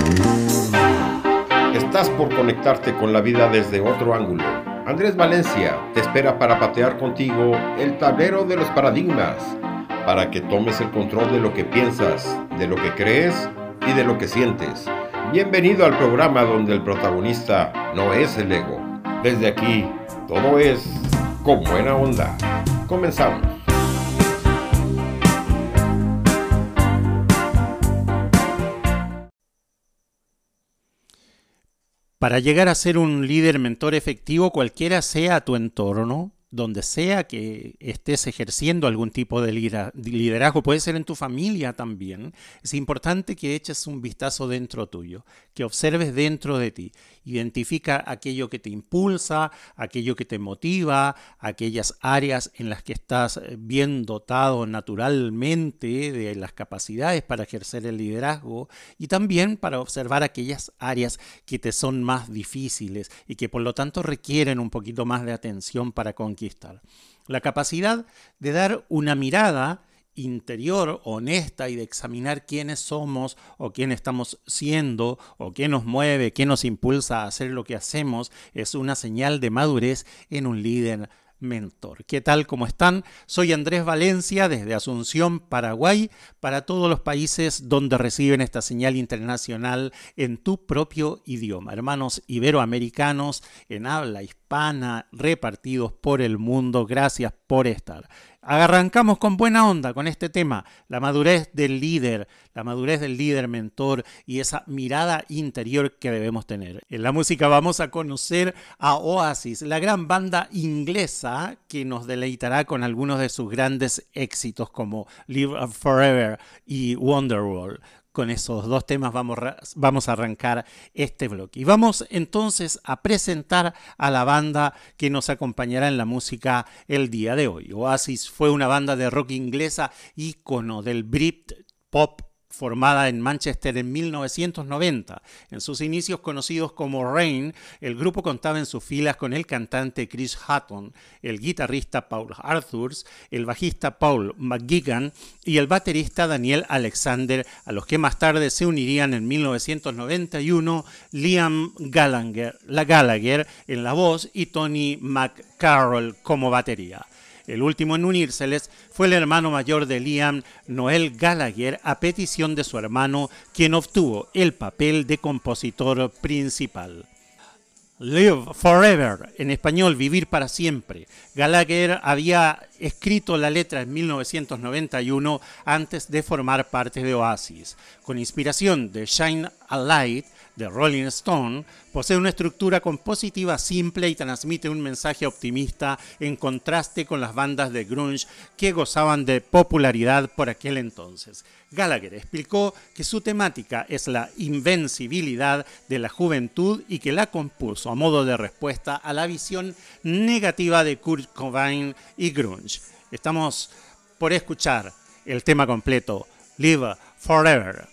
Estás por conectarte con la vida desde otro ángulo. Andrés Valencia te espera para patear contigo el tablero de los paradigmas, para que tomes el control de lo que piensas, de lo que crees y de lo que sientes. Bienvenido al programa donde el protagonista no es el ego. Desde aquí, todo es con buena onda. Comenzamos. Para llegar a ser un líder mentor efectivo, cualquiera sea tu entorno, donde sea que estés ejerciendo algún tipo de liderazgo, puede ser en tu familia también, es importante que eches un vistazo dentro tuyo, que observes dentro de ti. Identifica aquello que te impulsa, aquello que te motiva, aquellas áreas en las que estás bien dotado naturalmente de las capacidades para ejercer el liderazgo y también para observar aquellas áreas que te son más difíciles y que por lo tanto requieren un poquito más de atención para conquistar. La capacidad de dar una mirada interior, honesta y de examinar quiénes somos o quién estamos siendo o qué nos mueve, qué nos impulsa a hacer lo que hacemos, es una señal de madurez en un líder mentor. ¿Qué tal? ¿Cómo están? Soy Andrés Valencia desde Asunción, Paraguay, para todos los países donde reciben esta señal internacional en tu propio idioma. Hermanos iberoamericanos en habla hispana repartidos por el mundo, gracias por estar. Arrancamos con buena onda con este tema, la madurez del líder mentor y esa mirada interior que debemos tener. En la música vamos a conocer a Oasis, la gran banda inglesa que nos deleitará con algunos de sus grandes éxitos como Live Forever y Wonderwall. Con esos dos temas vamos a arrancar este bloque. Y vamos entonces a presentar a la banda que nos acompañará en la música el día de hoy. Oasis fue una banda de rock inglesa ícono del Britpop formada en Manchester en 1990. En sus inicios conocidos como Rain, el grupo contaba en sus filas con el cantante Chris Hutton, el guitarrista Paul Arthurs, el bajista Paul McGuigan y el baterista Daniel Alexander, a los que más tarde se unirían en 1991 Liam Gallagher en la voz y Tony McCarroll como batería. El último en unírseles fue el hermano mayor de Liam, Noel Gallagher, a petición de su hermano, quien obtuvo el papel de compositor principal. Live Forever, en español, Vivir para siempre. Gallagher había escrito la letra en 1991 antes de formar parte de Oasis. Con inspiración de Shine a Light, de Rolling Stone, posee una estructura compositiva simple y transmite un mensaje optimista en contraste con las bandas de grunge que gozaban de popularidad por aquel entonces. Gallagher explicó que su temática es la invencibilidad de la juventud y que la compuso a modo de respuesta a la visión negativa de Kurt Cobain y grunge. Estamos por escuchar el tema completo, Live Forever.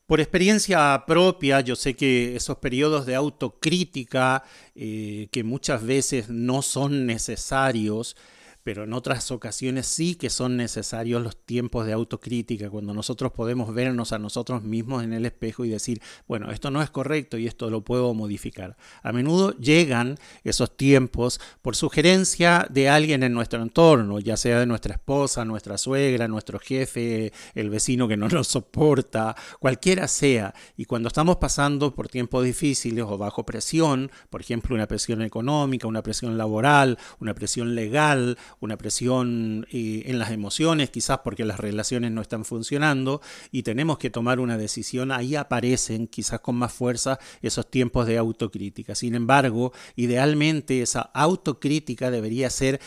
Por experiencia propia, yo sé que esos periodos de autocrítica, que muchas veces no son necesarios, pero en otras ocasiones sí que son necesarios los tiempos de autocrítica, cuando nosotros podemos vernos a nosotros mismos en el espejo y decir, bueno, esto no es correcto y esto lo puedo modificar. A menudo llegan esos tiempos por sugerencia de alguien en nuestro entorno, ya sea de nuestra esposa, nuestra suegra, nuestro jefe, el vecino que no nos soporta, cualquiera sea. Y cuando estamos pasando por tiempos difíciles o bajo presión, por ejemplo, una presión económica, una presión laboral, una presión legal, una presión en las emociones, quizás porque las relaciones no están funcionando y tenemos que tomar una decisión, ahí aparecen quizás con más fuerza esos tiempos de autocrítica. Sin embargo, idealmente esa autocrítica debería ser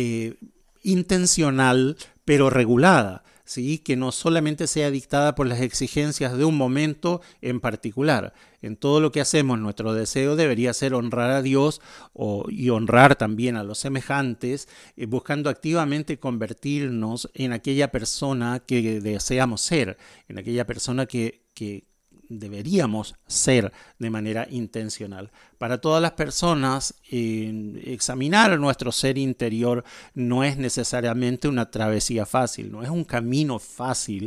intencional pero regulada. ¿Sí? Que no solamente sea dictada por las exigencias de un momento en particular. En todo lo que hacemos, nuestro deseo debería ser honrar a Dios y honrar también a los semejantes, buscando activamente convertirnos en aquella persona que deseamos ser, en aquella persona que deberíamos ser de manera intencional. Para todas las personas, examinar nuestro ser interior no es necesariamente una travesía fácil, no es un camino fácil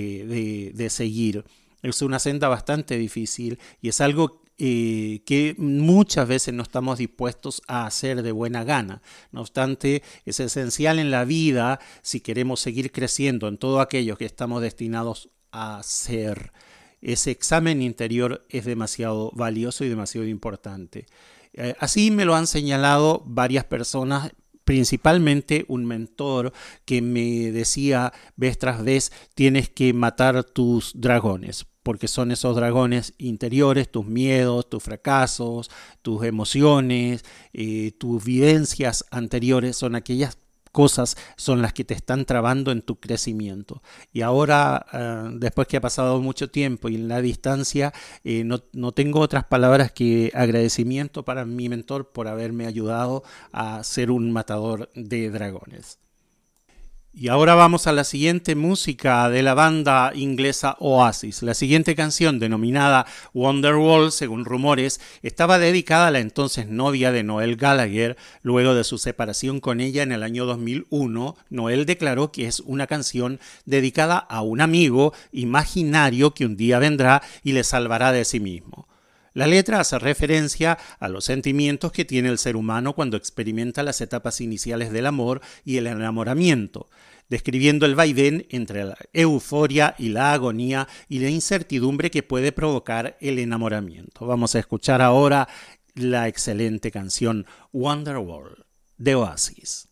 de seguir. Es una senda bastante difícil y es algo que muchas veces no estamos dispuestos a hacer de buena gana. No obstante, es esencial en la vida si queremos seguir creciendo en todo aquello que estamos destinados a ser. Ese examen interior es demasiado valioso y demasiado importante. Así me lo han señalado varias personas, principalmente un mentor que me decía vez tras vez, tienes que matar tus dragones, porque son esos dragones interiores, tus miedos, tus fracasos, tus emociones, tus vivencias anteriores, son aquellas cosas son las que te están trabando en tu crecimiento. Y ahora, después que ha pasado mucho tiempo y en la distancia, no tengo otras palabras que agradecimiento para mi mentor por haberme ayudado a ser un matador de dragones. Y ahora vamos a la siguiente música de la banda inglesa Oasis. La siguiente canción, denominada Wonderwall, según rumores, estaba dedicada a la entonces novia de Noel Gallagher. Luego de su separación con ella en el año 2001, Noel declaró que es una canción dedicada a un amigo imaginario que un día vendrá y le salvará de sí mismo. La letra hace referencia a los sentimientos que tiene el ser humano cuando experimenta las etapas iniciales del amor y el enamoramiento, describiendo el vaivén entre la euforia y la agonía y la incertidumbre que puede provocar el enamoramiento. Vamos a escuchar ahora la excelente canción Wonderwall de Oasis.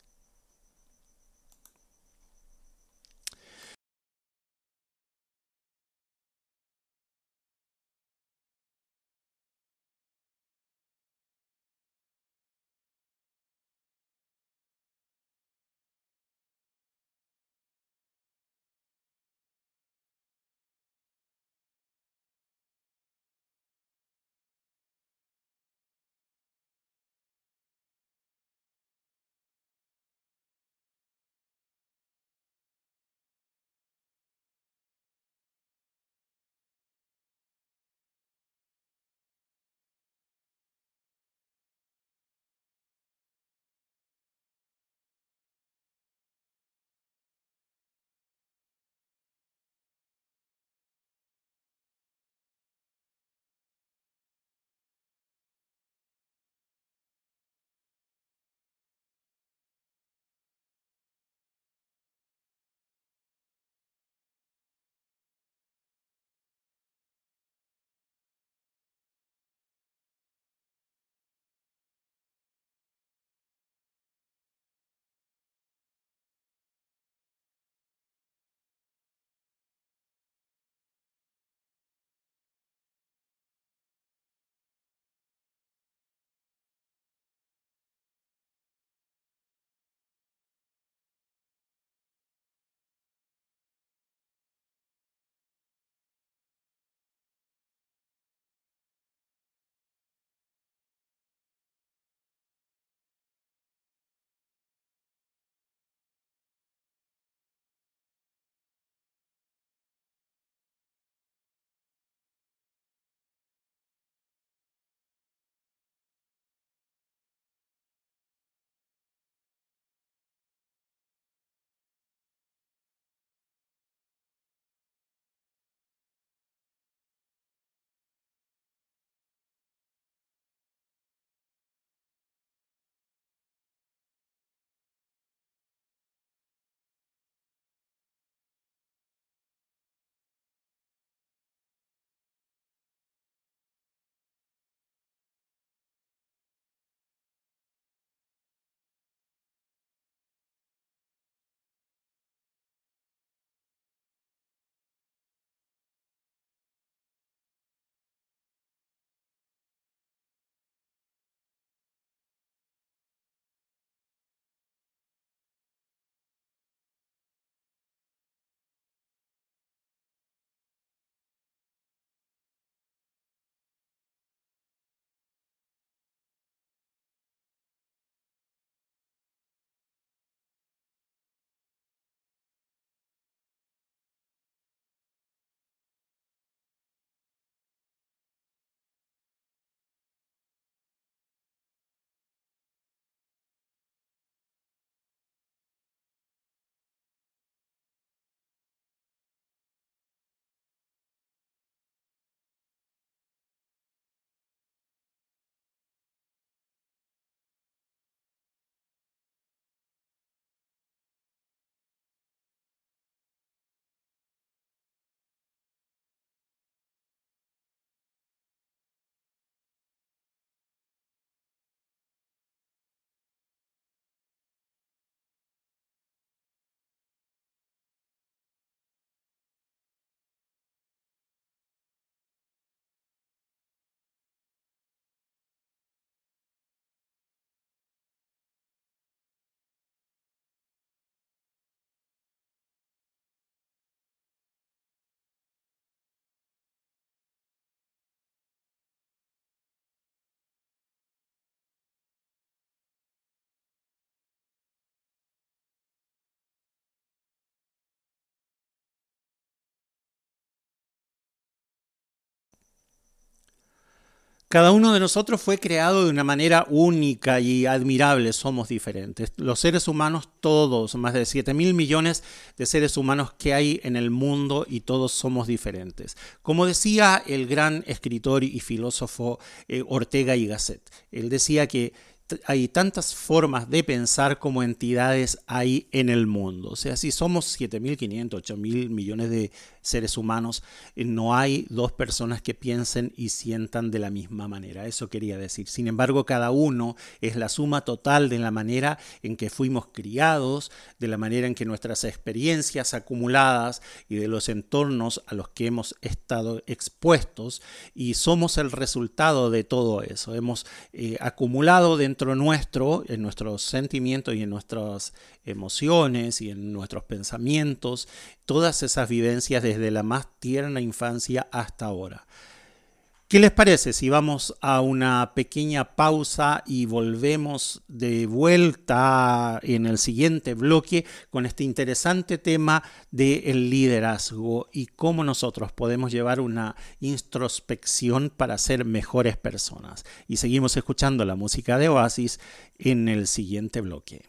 Cada uno de nosotros fue creado de una manera única y admirable, somos diferentes. Los seres humanos todos, más de 7.000 millones de seres humanos que hay en el mundo y todos somos diferentes. Como decía el gran escritor y filósofo Ortega y Gasset, él decía que hay tantas formas de pensar como entidades hay en el mundo. O sea, si somos 7.500, 8.000 millones de seres humanos, no hay dos personas que piensen y sientan de la misma manera. Eso quería decir. Sin embargo, cada uno es la suma total de la manera en que fuimos criados, de la manera en que nuestras experiencias acumuladas y de los entornos a los que hemos estado expuestos, y somos el resultado de todo eso. Hemos acumulado dentro nuestro, en nuestros sentimientos y en nuestras emociones y en nuestros pensamientos, todas esas vivencias desde la más tierna infancia hasta ahora. ¿Qué les parece si vamos a una pequeña pausa y volvemos de vuelta en el siguiente bloque con este interesante tema del liderazgo y cómo nosotros podemos llevar una introspección para ser mejores personas? Y seguimos escuchando la música de Oasis en el siguiente bloque.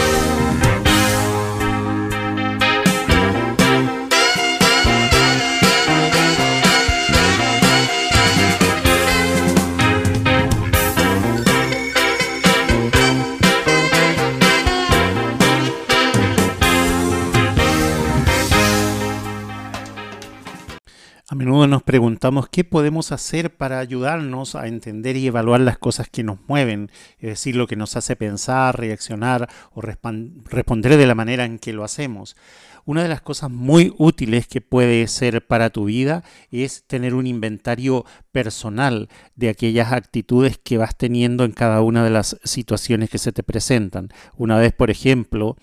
A menudo nos preguntamos qué podemos hacer para ayudarnos a entender y evaluar las cosas que nos mueven, es decir, lo que nos hace pensar, reaccionar o responder de la manera en que lo hacemos. Una de las cosas muy útiles que puede ser para tu vida es tener un inventario personal de aquellas actitudes que vas teniendo en cada una de las situaciones que se te presentan. Una vez, por ejemplo,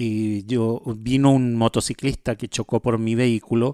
vino un motociclista que chocó por mi vehículo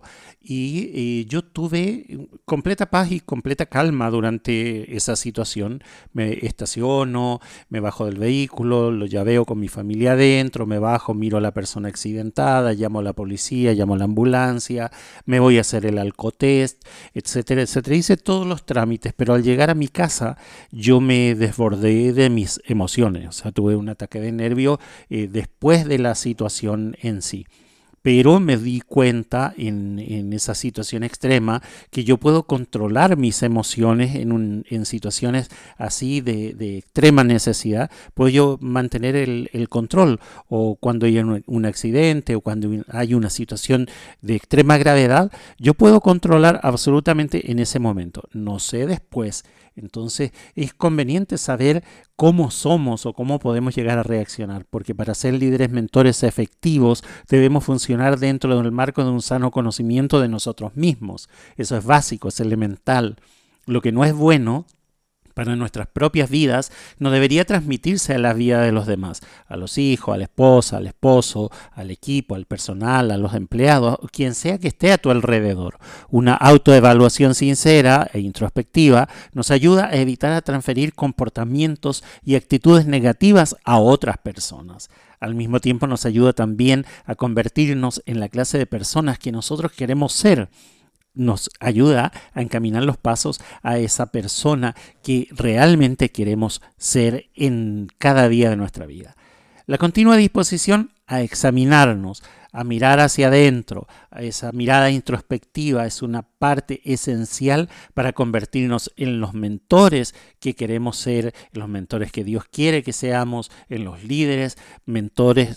y yo tuve completa paz y completa calma durante esa situación. Me estaciono, me bajo del vehículo, lo llaveo con mi familia adentro, me bajo, miro a la persona accidentada, llamo a la policía, llamo a la ambulancia, me voy a hacer el alcotest, etcétera, etcétera. Hice todos los trámites, pero al llegar a mi casa yo me desbordé de mis emociones. O sea, tuve un ataque de nervio después de la situación en sí. Pero me di cuenta en esa situación extrema que yo puedo controlar mis emociones en situaciones así de extrema necesidad. Puedo yo mantener el control, o cuando hay un accidente o cuando hay una situación de extrema gravedad, yo puedo controlar absolutamente en ese momento. No sé después. Entonces es conveniente saber cómo somos o cómo podemos llegar a reaccionar, porque para ser líderes mentores efectivos debemos funcionar dentro del marco de un sano conocimiento de nosotros mismos. Eso es básico, es elemental. Lo que no es bueno para nuestras propias vidas no debería transmitirse a la vida de los demás, a los hijos, a la esposa, al esposo, al equipo, al personal, a los empleados, quien sea que esté a tu alrededor. Una autoevaluación sincera e introspectiva nos ayuda a evitar transferir comportamientos y actitudes negativas a otras personas. Al mismo tiempo nos ayuda también a convertirnos en la clase de personas que nosotros queremos ser. Nos ayuda a encaminar los pasos a esa persona que realmente queremos ser en cada día de nuestra vida. La continua disposición a examinarnos, a mirar hacia adentro, a esa mirada introspectiva es una parte esencial para convertirnos en los mentores que queremos ser, en los mentores que Dios quiere que seamos, en los líderes, mentores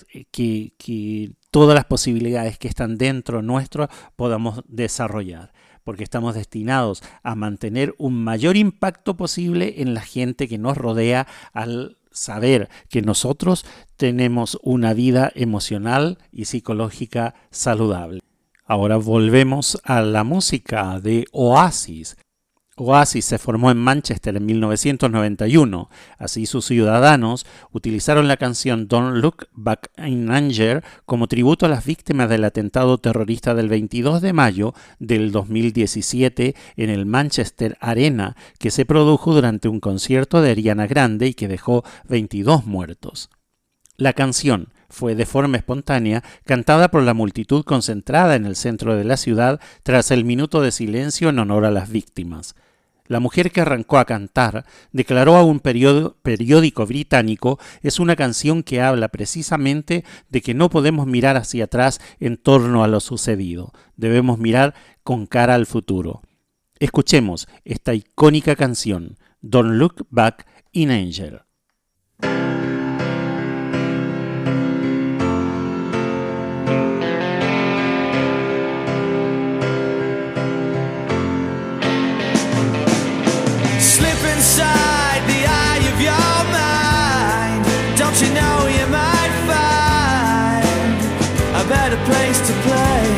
que todas las posibilidades que están dentro nuestro podamos desarrollar, porque estamos destinados a mantener un mayor impacto posible en la gente que nos rodea al saber que nosotros tenemos una vida emocional y psicológica saludable. Ahora volvemos a la música de Oasis. Oasis se formó en Manchester en 1991. Así sus ciudadanos utilizaron la canción Don't Look Back in Anger como tributo a las víctimas del atentado terrorista del 22 de mayo del 2017 en el Manchester Arena, que se produjo durante un concierto de Ariana Grande y que dejó 22 muertos. La canción fue de forma espontánea cantada por la multitud concentrada en el centro de la ciudad tras el minuto de silencio en honor a las víctimas. La mujer que arrancó a cantar declaró a un periódico británico: es una canción que habla precisamente de que no podemos mirar hacia atrás en torno a lo sucedido. Debemos mirar con cara al futuro. Escuchemos esta icónica canción, Don't Look Back in Anger. Inside the eye of your mind, don't you know you might find a better place to play?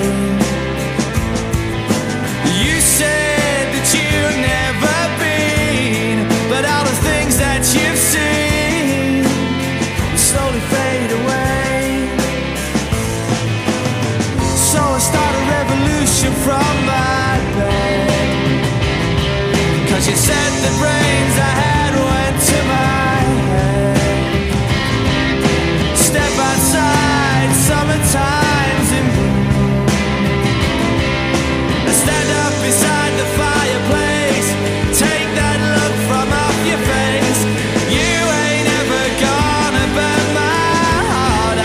You said that you've never been, but all the things that you've seen will slowly fade away. So I start a revolution from my bed, 'cause you said the brains I had went to my head. Step outside, summertime's in bloom. I stand up beside the fireplace, take that look from off your face. You ain't ever gonna burn my heart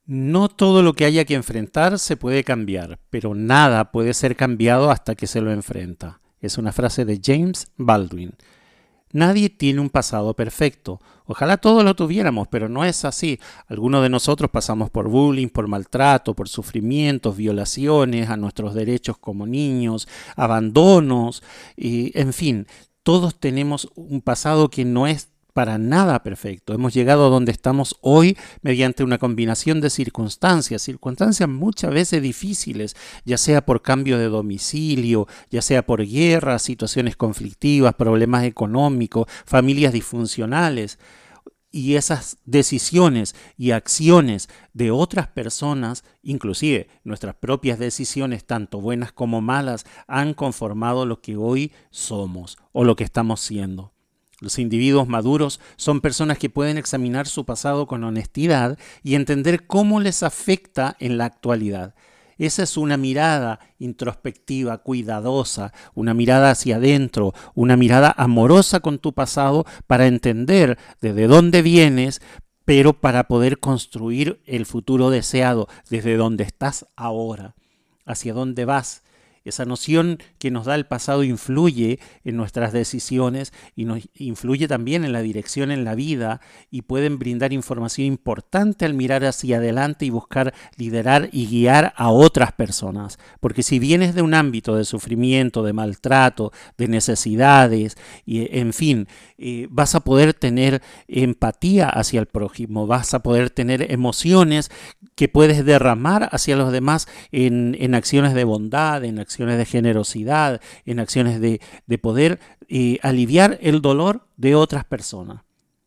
No todo lo que haya que enfrentar se puede cambiar, pero nada puede ser cambiado hasta que se lo enfrenta. Es una frase de James Baldwin. Nadie tiene un pasado perfecto. Ojalá todos lo tuviéramos, pero no es así. Algunos de nosotros pasamos por bullying, por maltrato, por sufrimientos, violaciones a nuestros derechos como niños, abandonos, en fin, todos tenemos un pasado que no es para nada perfecto. Hemos llegado a donde estamos hoy mediante una combinación de circunstancias muchas veces difíciles, ya sea por cambio de domicilio, ya sea por guerras, situaciones conflictivas, problemas económicos, familias disfuncionales. Y esas decisiones y acciones de otras personas, inclusive nuestras propias decisiones, tanto buenas como malas, han conformado lo que hoy somos o lo que estamos siendo. Los individuos maduros son personas que pueden examinar su pasado con honestidad y entender cómo les afecta en la actualidad. Esa es una mirada introspectiva, cuidadosa, una mirada hacia adentro, una mirada amorosa con tu pasado para entender desde dónde vienes, pero para poder construir el futuro deseado desde donde estás ahora, hacia dónde vas. Esa noción que nos da el pasado influye en nuestras decisiones y nos influye también en la dirección en la vida y pueden brindar información importante al mirar hacia adelante y buscar liderar y guiar a otras personas. Porque si vienes de un ámbito de sufrimiento, de maltrato, de necesidades, y, en fin, vas a poder tener empatía hacia el prójimo, vas a poder tener emociones que puedes derramar hacia los demás en acciones de bondad, en acciones de generosidad, en acciones de poder aliviar el dolor de otras personas.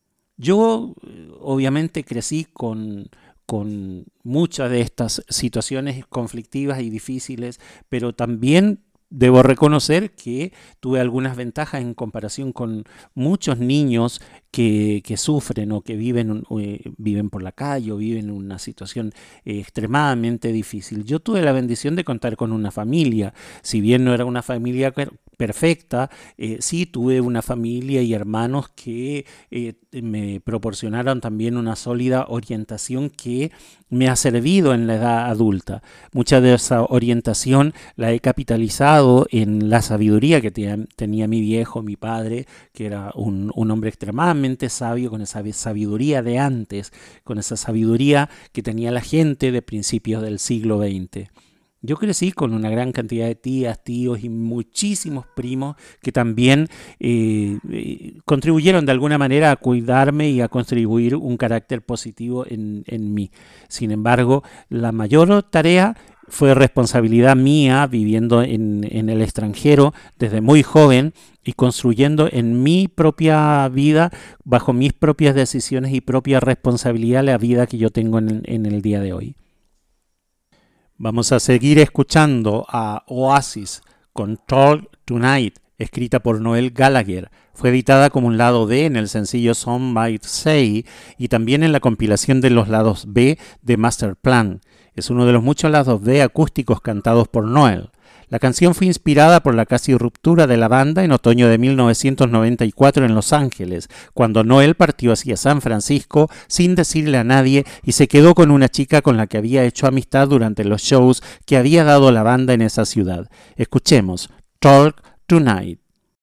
Yo obviamente crecí con muchas de estas situaciones conflictivas y difíciles, pero también debo reconocer que tuve algunas ventajas en comparación con muchos niños que sufren o que viven por la calle o viven en una situación extremadamente difícil. Yo tuve la bendición de contar con una familia, si bien no era una familia perfecta, sí tuve una familia y hermanos que me proporcionaron también una sólida orientación que me ha servido en la edad adulta. Mucha de esa orientación la he capitalizado en la sabiduría que tenía mi viejo, mi padre, que era un hombre extremadamente sabio, con esa sabiduría de antes, con esa sabiduría que tenía la gente de principios del siglo XX. Yo crecí con una gran cantidad de tías, tíos y muchísimos primos que también contribuyeron de alguna manera a cuidarme y a contribuir un carácter positivo en mí. Sin embargo, la mayor tarea fue responsabilidad mía viviendo en el extranjero desde muy joven y construyendo en mi propia vida, bajo mis propias decisiones y propia responsabilidad, la vida que yo tengo en el día de hoy. Vamos a seguir escuchando a Oasis con Talk Tonight, escrita por Noel Gallagher. Fue editada como un lado B en el sencillo Some Might Say y también en la compilación de los lados B de Master Plan. Es uno de los muchos lados B acústicos cantados por Noel. La canción fue inspirada por la casi ruptura de la banda en otoño de 1994 en Los Ángeles, cuando Noel partió hacia San Francisco sin decirle a nadie y se quedó con una chica con la que había hecho amistad durante los shows que había dado la banda en esa ciudad. Escuchemos Talk Tonight.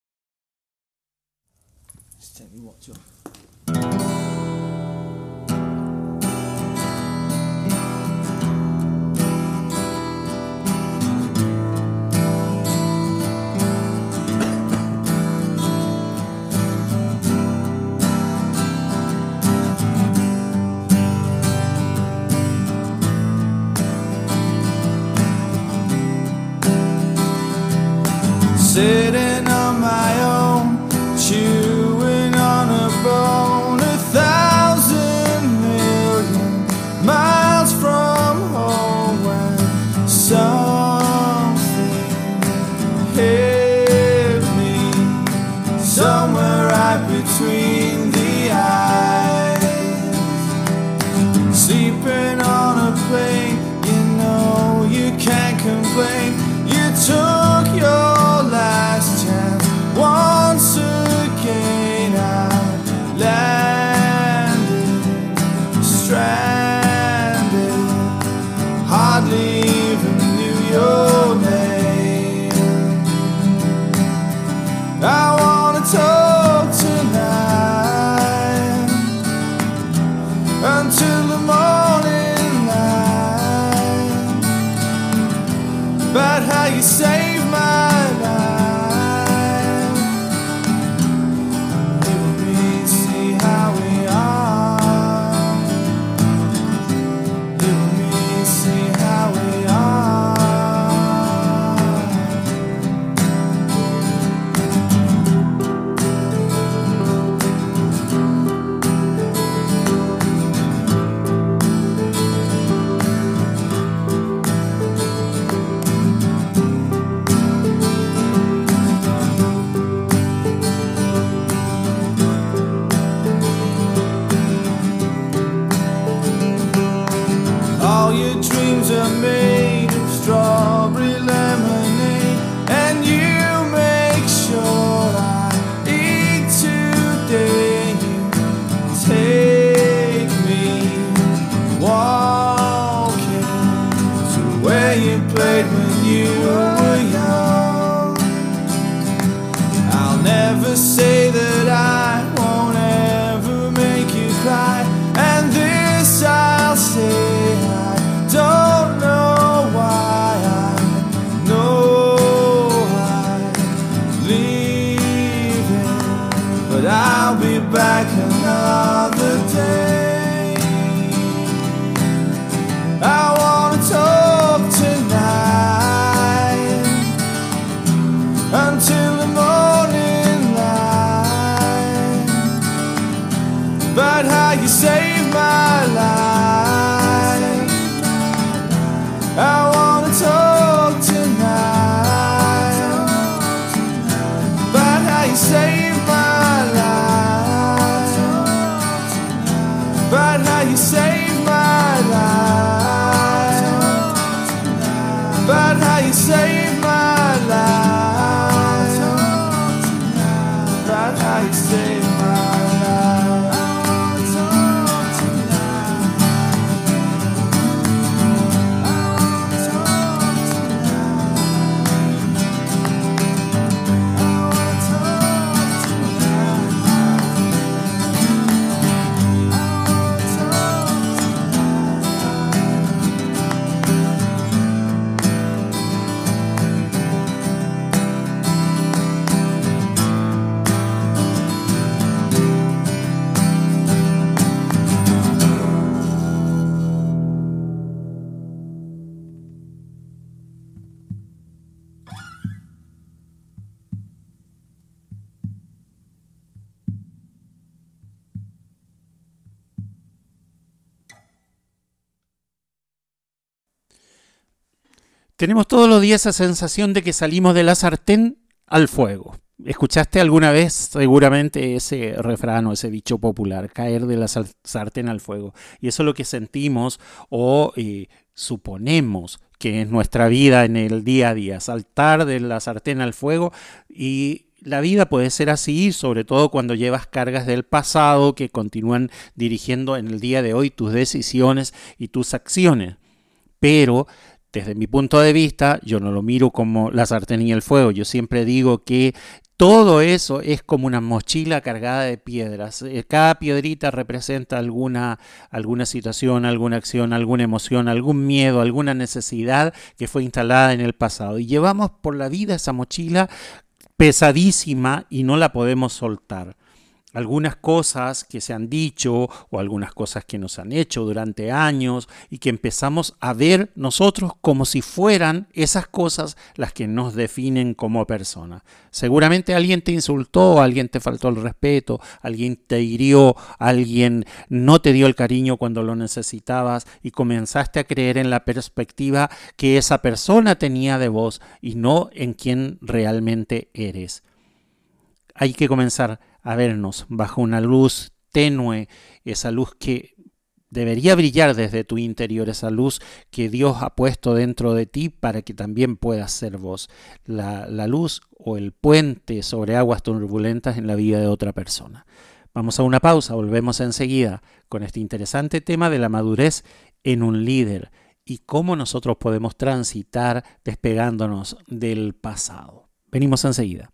Sitting on my own, chewing on a bone, 1,000,000,000 miles from home, when something hit me somewhere right between the eyes. Sleeping on a plane, you know you can't complain. You took your last until the morning light. About how you saved my life. Let me see how we are. Let me see how we are. All your dreams are made of strawberry lemonade, and you make sure I eat today. Take me walking to where you played when you were young. I'll never say that I won't ever make you cry, and this I'll say. Don't know why, I know I'm leaving, but I'll be back another day. I wanna talk tonight until the morning light, about how you saved my life. I wanna talk tonight about how you saved my life, about how you saved my life, about how you saved my life, about how you saved my life. Tenemos todos los días esa sensación de que salimos de la sartén al fuego. ¿Escuchaste alguna vez seguramente ese refrán o ese dicho popular, caer de la sartén al fuego? Y eso es lo que sentimos o suponemos que es nuestra vida en el día a día, saltar de la sartén al fuego. Y la vida puede ser así, sobre todo cuando llevas cargas del pasado que continúan dirigiendo en el día de hoy tus decisiones y tus acciones. Pero desde mi punto de vista, yo no lo miro como la sartén y el fuego. Yo siempre digo que todo eso es como una mochila cargada de piedras. Cada piedrita representa alguna situación, alguna acción, alguna emoción, algún miedo, alguna necesidad que fue instalada en el pasado. Y llevamos por la vida esa mochila pesadísima y no la podemos soltar. Algunas cosas que se han dicho o algunas cosas que nos han hecho durante años y que empezamos a ver nosotros como si fueran esas cosas las que nos definen como persona. Seguramente alguien te insultó, alguien te faltó el respeto, alguien te hirió, alguien no te dio el cariño cuando lo necesitabas y comenzaste a creer en la perspectiva que esa persona tenía de vos y no en quién realmente eres. Hay que comenzar a vernos bajo una luz tenue, esa luz que debería brillar desde tu interior, esa luz que Dios ha puesto dentro de ti para que también puedas ser vos, la luz o el puente sobre aguas turbulentas en la vida de otra persona. Vamos a una pausa, volvemos enseguida con este interesante tema de la madurez en un líder y cómo nosotros podemos transitar despegándonos del pasado. Venimos enseguida.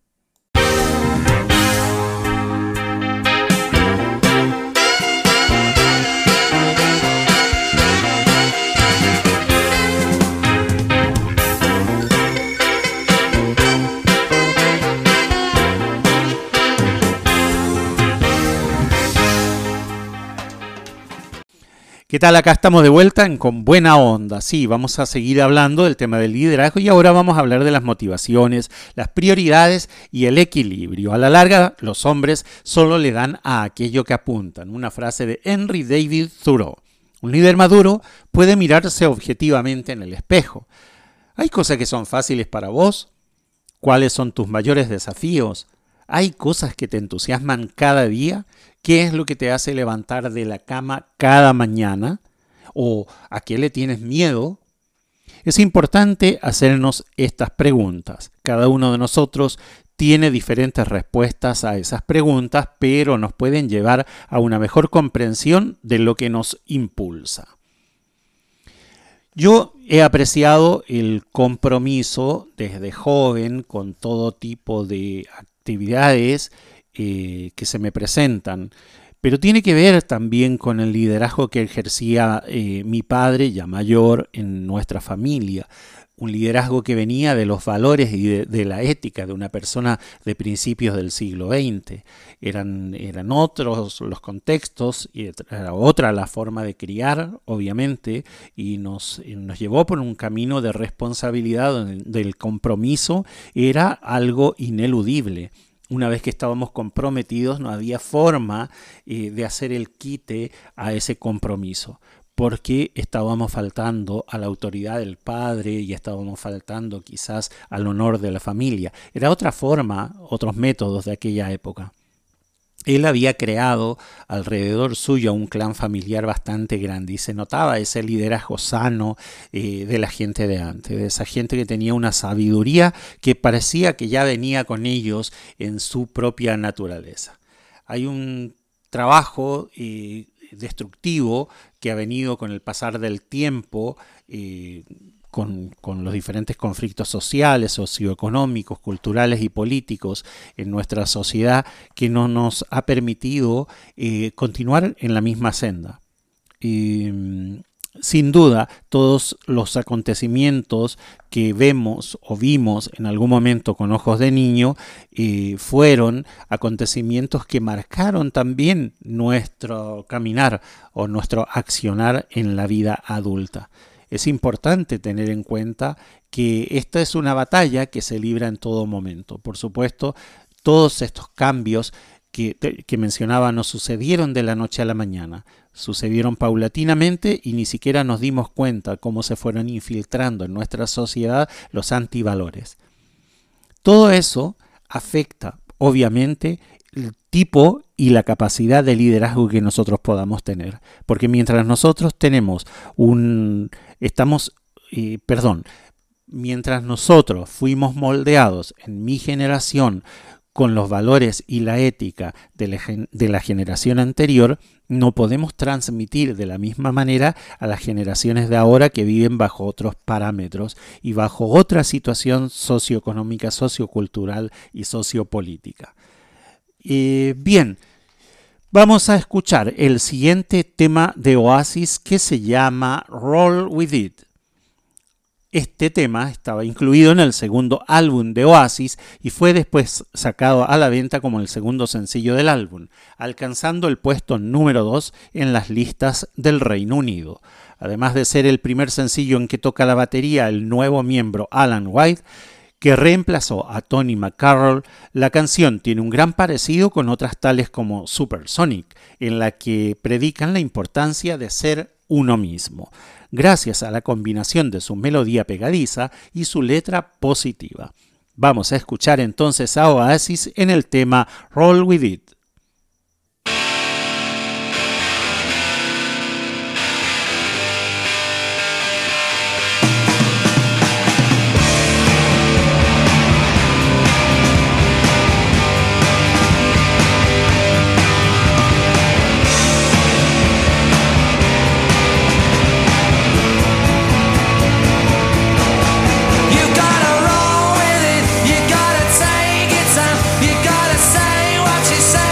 ¿Qué tal? Acá estamos de vuelta en Con Buena Onda. Sí, vamos a seguir hablando del tema del liderazgo y ahora vamos a hablar de las motivaciones, las prioridades y el equilibrio. A la larga, los hombres solo le dan a aquello que apuntan. Una frase de Henry David Thoreau. Un líder maduro puede mirarse objetivamente en el espejo. ¿Hay cosas que son fáciles para vos? ¿Cuáles son tus mayores desafíos? ¿Hay cosas que te entusiasman cada día? ¿Qué es lo que te hace levantar de la cama cada mañana? ¿O a qué le tienes miedo? Es importante hacernos estas preguntas. Cada uno de nosotros tiene diferentes respuestas a esas preguntas, pero nos pueden llevar a una mejor comprensión de lo que nos impulsa. Yo he apreciado el compromiso desde joven con todo tipo de actividades que se me presentan, pero tiene que ver también con el liderazgo que ejercía mi padre, ya mayor, en nuestra familia. Un liderazgo que venía de los valores y de la ética de una persona de principios del siglo XX. Eran otros los contextos, y era otra la forma de criar, obviamente, y nos llevó por un camino de responsabilidad donde el compromiso era algo ineludible. Una vez que estábamos comprometidos, no había forma de hacer el quite a ese compromiso, porque estábamos faltando a la autoridad del padre y estábamos faltando quizás al honor de la familia. Era otra forma, otros métodos de aquella época. Él había creado alrededor suyo un clan familiar bastante grande y se notaba ese liderazgo sano de la gente de antes, de esa gente que tenía una sabiduría que parecía que ya venía con ellos en su propia naturaleza. Hay un trabajo destructivo que ha venido con el pasar del tiempo, con los diferentes conflictos sociales, socioeconómicos, culturales y políticos en nuestra sociedad, que no nos ha permitido continuar en la misma senda. Sin duda, todos los acontecimientos que vemos o vimos en algún momento con ojos de niño fueron acontecimientos que marcaron también nuestro caminar o nuestro accionar en la vida adulta. Es importante tener en cuenta que esta es una batalla que se libra en todo momento. Por supuesto, todos estos cambios que mencionaba no sucedieron de la noche a la mañana. Sucedieron paulatinamente y ni siquiera nos dimos cuenta cómo se fueron infiltrando en nuestra sociedad los antivalores. Todo eso afecta, obviamente, el tipo y la capacidad de liderazgo que nosotros podamos tener. Porque mientras nosotros mientras nosotros fuimos moldeados en mi generación con los valores y la ética de la generación anterior, no podemos transmitir de la misma manera a las generaciones de ahora que viven bajo otros parámetros y bajo otra situación socioeconómica, sociocultural y sociopolítica. Bien, vamos a escuchar el siguiente tema de Oasis que se llama Roll With It. Este tema estaba incluido en el segundo álbum de Oasis y fue después sacado a la venta como el segundo sencillo del álbum, alcanzando el puesto número 2 en las listas del Reino Unido. Además de ser el primer sencillo en que toca la batería el nuevo miembro Alan White, que reemplazó a Tony McCarroll, la canción tiene un gran parecido con otras tales como Supersonic, en la que predican la importancia de ser uno mismo, gracias a la combinación de su melodía pegadiza y su letra positiva. Vamos a escuchar entonces a Oasis en el tema Roll With It. You gotta say what you say.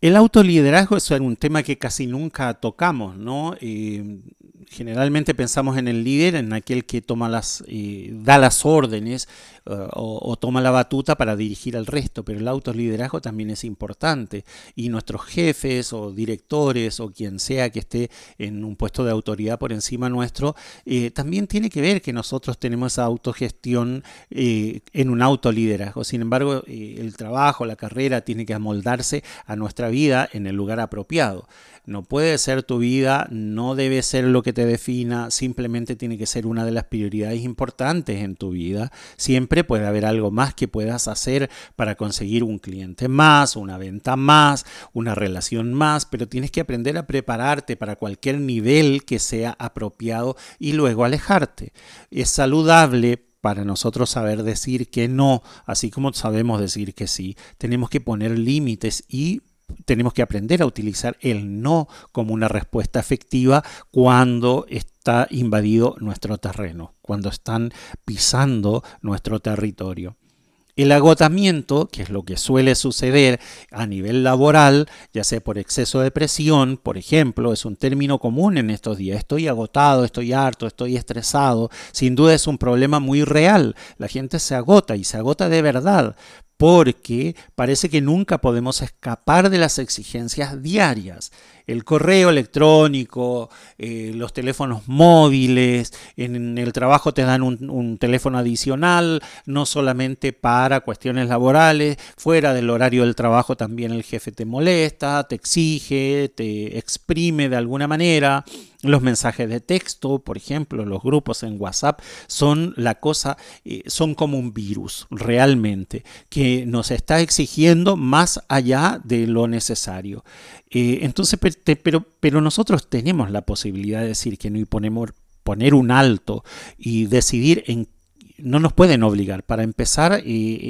El autoliderazgo es un tema que casi nunca tocamos, ¿no? Generalmente pensamos en el líder, en aquel que toma da las órdenes o toma la batuta para dirigir al resto, pero el autoliderazgo también es importante y nuestros jefes o directores o quien sea que esté en un puesto de autoridad por encima nuestro, también tiene que ver que nosotros tenemos esa autogestión en un autoliderazgo. Sin embargo, el trabajo, la carrera tiene que amoldarse a nuestra vida en el lugar apropiado. No puede ser tu vida, no debe ser lo que te defina, simplemente tiene que ser una de las prioridades importantes en tu vida. Siempre puede haber algo más que puedas hacer para conseguir un cliente más, una venta más, una relación más, pero tienes que aprender a prepararte para cualquier nivel que sea apropiado y luego alejarte. Es saludable para nosotros saber decir que no, así como sabemos decir que sí. Tenemos que poner límites y tenemos que aprender a utilizar el no como una respuesta efectiva cuando está invadido nuestro terreno, cuando están pisando nuestro territorio. El agotamiento, que es lo que suele suceder a nivel laboral, ya sea por exceso de presión, por ejemplo, es un término común en estos días. Estoy agotado, estoy harto, estoy estresado. Sin duda es un problema muy real. La gente se agota y se agota de verdad, porque parece que nunca podemos escapar de las exigencias diarias. El correo electrónico, los teléfonos móviles, en el trabajo te dan un teléfono adicional, no solamente para cuestiones laborales, fuera del horario del trabajo también el jefe te molesta, te exige, te exprime de alguna manera. Los mensajes de texto, por ejemplo, los grupos en WhatsApp son son como un virus realmente que nos está exigiendo más allá de lo necesario. Entonces, pero nosotros tenemos la posibilidad de decir que no y poner un alto y decidir no nos pueden obligar. Para empezar,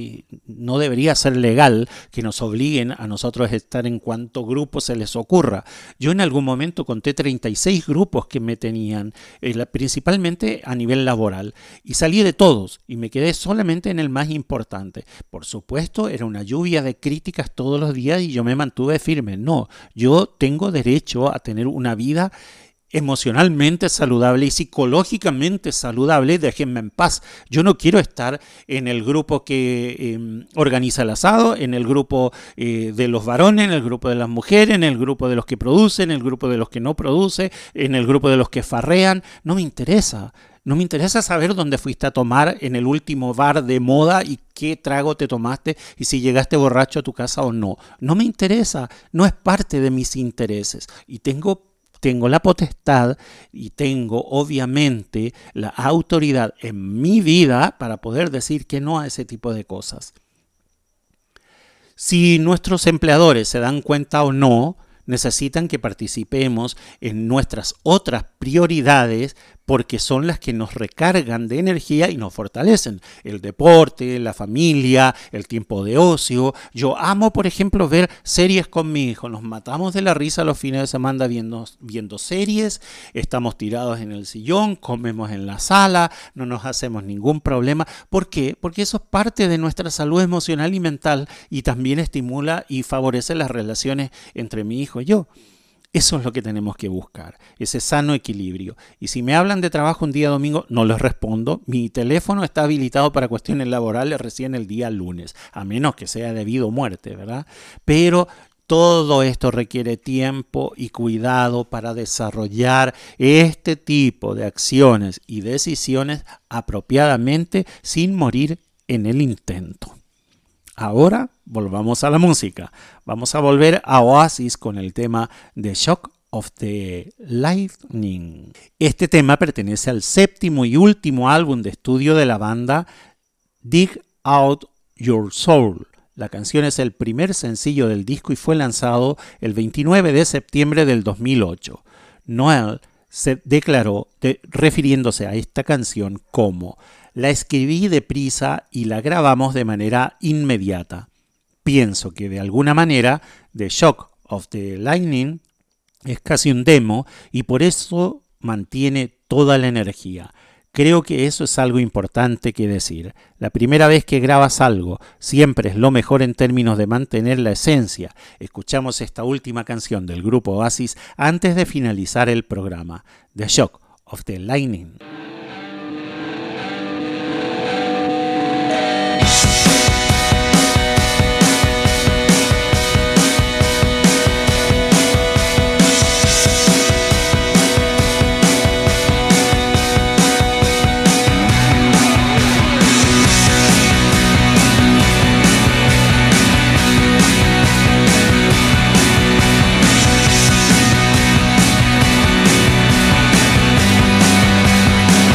no debería ser legal que nos obliguen a nosotros a estar en cuanto grupo se les ocurra. Yo en algún momento conté 36 grupos que me tenían, principalmente a nivel laboral, y salí de todos y me quedé solamente en el más importante. Por supuesto, era una lluvia de críticas todos los días y yo me mantuve firme. No, yo tengo derecho a tener una vida emocionalmente saludable y psicológicamente saludable, déjenme en paz. Yo no quiero estar en el grupo que organiza el asado, en el grupo de los varones, en el grupo de las mujeres, en el grupo de los que producen, en el grupo de los que no producen, en el grupo de los que farrean. No me interesa. No me interesa saber dónde fuiste a tomar en el último bar de moda y qué trago te tomaste y si llegaste borracho a tu casa o no. No me interesa. No es parte de mis intereses. Y tengo la potestad y tengo obviamente la autoridad en mi vida para poder decir que no a ese tipo de cosas. Si nuestros empleadores se dan cuenta o no, necesitan que participemos en nuestras otras prioridades porque son las que nos recargan de energía y nos fortalecen. El deporte, la familia, el tiempo de ocio. Yo amo, por ejemplo, ver series con mi hijo. Nos matamos de la risa los fines de semana viendo series. Estamos tirados en el sillón, comemos en la sala, no nos hacemos ningún problema. ¿Por qué? Porque eso es parte de nuestra salud emocional y mental y también estimula y favorece las relaciones entre mi hijo y yo. Eso es lo que tenemos que buscar, ese sano equilibrio. Y si me hablan de trabajo un día domingo, no les respondo. Mi teléfono está habilitado para cuestiones laborales recién el día lunes, a menos que sea debido a muerte, ¿verdad? Pero todo esto requiere tiempo y cuidado para desarrollar este tipo de acciones y decisiones apropiadamente sin morir en el intento. Ahora volvamos a la música. Vamos a volver a Oasis con el tema The Shock of the Lightning. Este tema pertenece al séptimo y último álbum de estudio de la banda, Dig Out Your Soul. La canción es el primer sencillo del disco y fue lanzado el 29 de septiembre del 2008. Noel se declaró, refiriéndose a esta canción como: la escribí deprisa y la grabamos de manera inmediata. Pienso que de alguna manera The Shock of the Lightning es casi un demo y por eso mantiene toda la energía. Creo que eso es algo importante que decir. La primera vez que grabas algo siempre es lo mejor en términos de mantener la esencia. Escuchamos esta última canción del grupo Oasis antes de finalizar el programa, The Shock of the Lightning. Thank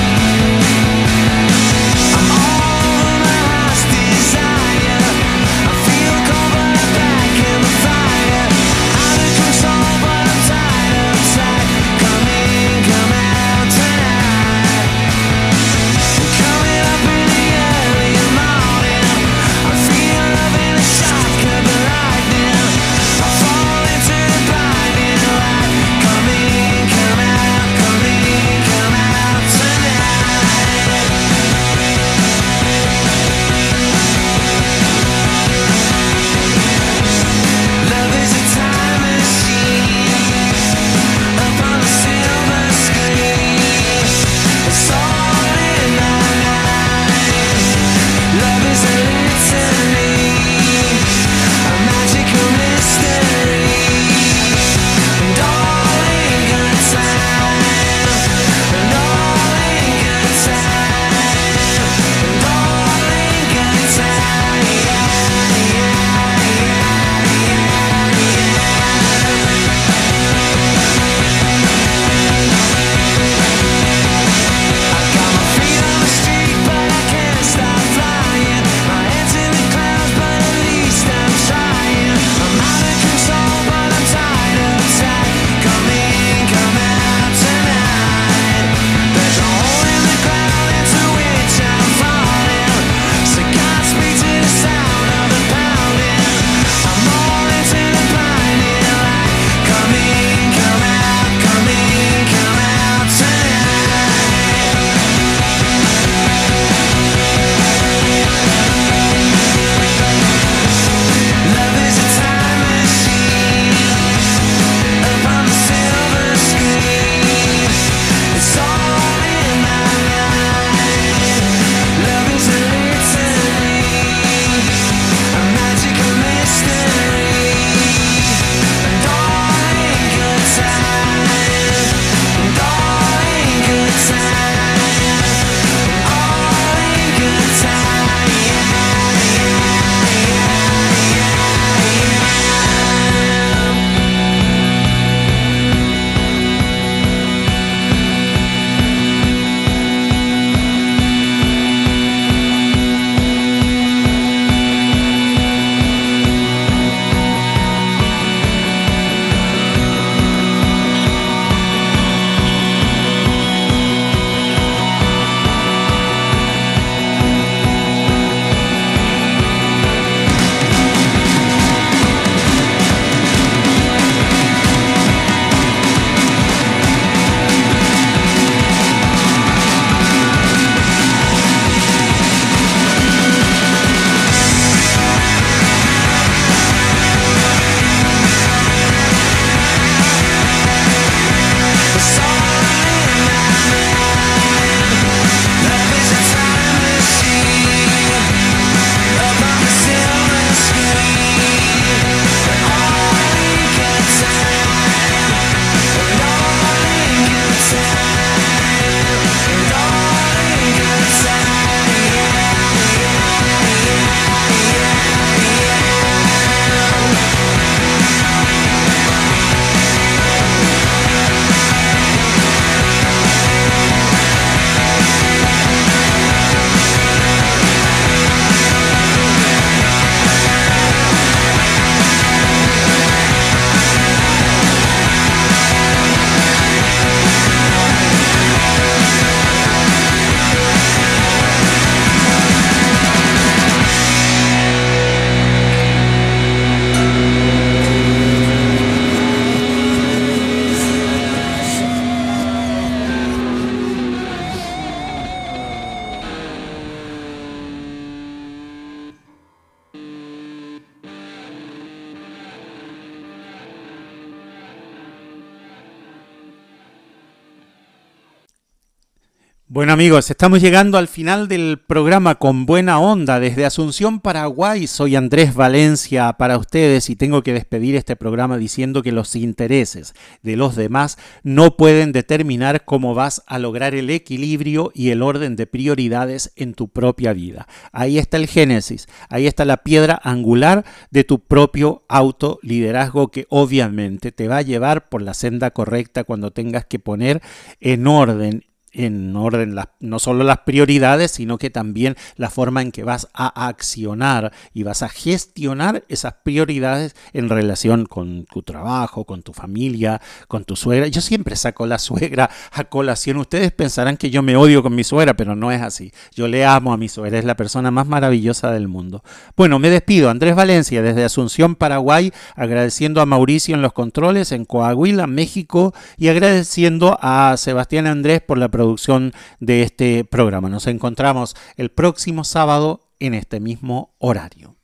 Bueno amigos, estamos llegando al final del programa Con Buena Onda desde Asunción, Paraguay. Soy Andrés Valencia para ustedes y tengo que despedir este programa diciendo que los intereses de los demás no pueden determinar cómo vas a lograr el equilibrio y el orden de prioridades en tu propia vida. Ahí está el génesis, ahí está la piedra angular de tu propio autoliderazgo que obviamente te va a llevar por la senda correcta cuando tengas que poner en orden no solo las prioridades, sino que también la forma en que vas a accionar y vas a gestionar esas prioridades en relación con tu trabajo, con tu familia, con tu suegra. Yo siempre saco la suegra a colación. Ustedes pensarán que yo me odio con mi suegra, pero no es así. Yo le amo a mi suegra, es la persona más maravillosa del mundo. Bueno, me despido. Andrés Valencia desde Asunción, Paraguay, agradeciendo a Mauricio en los controles en Coahuila, México, y agradeciendo a Sebastián Andrés por la producción de este programa. Nos encontramos el próximo sábado en este mismo horario.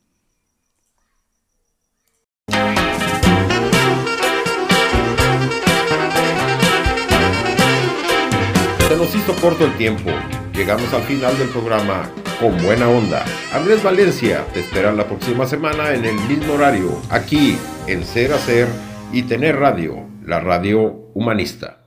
Se nos hizo corto el tiempo. Llegamos al final del programa Con Buena Onda. Andrés Valencia te espera la próxima semana en el mismo horario, aquí en Ser Hacer y Tener Radio, la radio humanista.